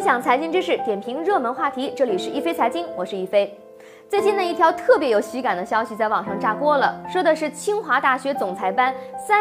分享财经知识，点评热门话题，这里是一飞财经，我是一飞。最近呢，一条特别有喜感的消息在网上炸锅了，说的是清华大学总裁班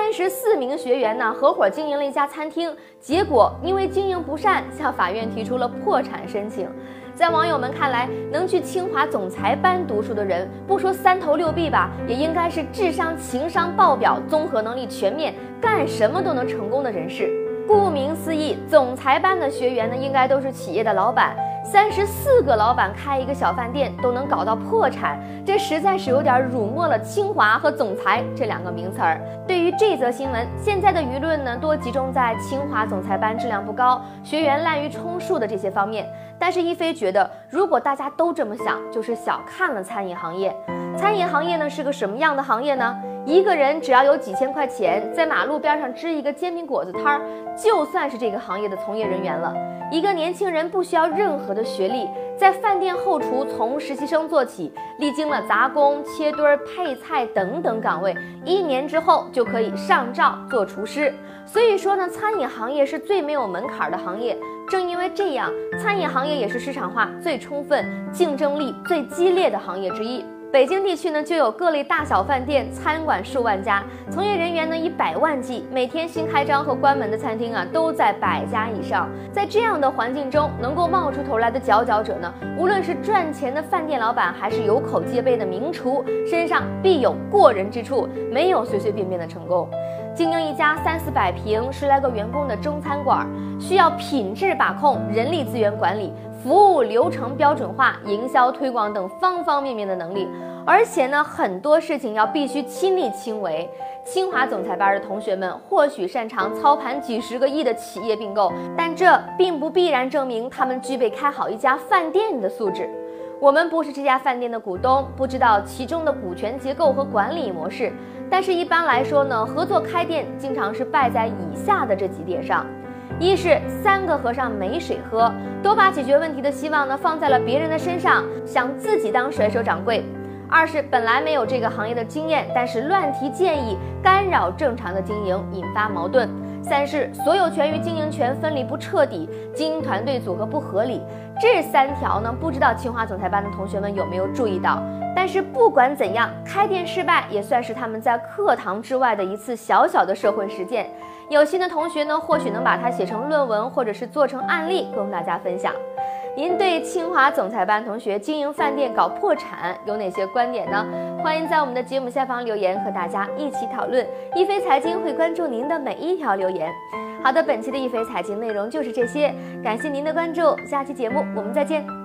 34名学员呢合伙经营了一家餐厅，结果因为经营不善，向法院提出了破产申请。在网友们看来，能去清华总裁班读书的人，不说三头六臂吧，也应该是智商、情商爆表、综合能力全面，干什么都能成功的人士。顾名思义，总裁班的学员呢，应该都是企业的老板。34个老板开一个小饭店都能搞到破产，这实在是有点辱没了清华和总裁这两个名词儿。对于这则新闻，现在的舆论呢多集中在清华总裁班质量不高、学员滥竽充数的这些方面。但是一飞觉得，如果大家都这么想，就是小看了餐饮行业。餐饮行业呢是个什么样的行业呢？一个人只要有几千块钱，在马路边上支一个煎饼果子摊儿，就算是这个行业的从业人员了。一个年轻人不需要任何的学历，在饭店后厨从实习生做起，历经了杂工、切墩、配菜等等岗位，1年之后就可以上照做厨师。所以说呢，餐饮行业是最没有门槛的行业。正因为这样，餐饮行业也是市场化最充分、竞争力最激烈的行业之一。北京地区呢，就有各类大小饭店、餐馆数万家，从业人员呢以100万计，每天新开张和关门的餐厅啊都在100家以上。在这样的环境中，能够冒出头来的佼佼者呢，无论是赚钱的饭店老板，还是有口皆碑的名厨，身上必有过人之处，没有随随便便的成功。经营一家300-400平、10来个员工的中餐馆，需要品质把控、人力资源管理、服务流程标准化、营销推广等方方面面的能力，而且呢，很多事情要必须亲力亲为。清华总裁班的同学们或许擅长操盘几十个亿的企业并购，但这并不必然证明他们具备开好一家饭店的素质。我们不是这家饭店的股东，不知道其中的股权结构和管理模式，但是一般来说呢，合作开店经常是败在以下的这几点上。一是3个和尚没水喝，都把解决问题的希望呢放在了别人的身上，想自己当甩手掌柜。2是本来没有这个行业的经验，但是乱提建议，干扰正常的经营，引发矛盾。3是所有权与经营权分离不彻底，经营团队组合不合理。这3条呢，不知道清华总裁班的同学们有没有注意到？但是不管怎样，开店失败也算是他们在课堂之外的一次小小的社会实践。有心的同学呢，或许能把它写成论文，或者是做成案例供大家分享。您对清华总裁班同学经营饭店搞破产有哪些观点呢？欢迎在我们的节目下方留言，和大家一起讨论。一飞财经会关注您的每一条留言。好的，本期的一飞财经内容就是这些，感谢您的关注，下期节目我们再见。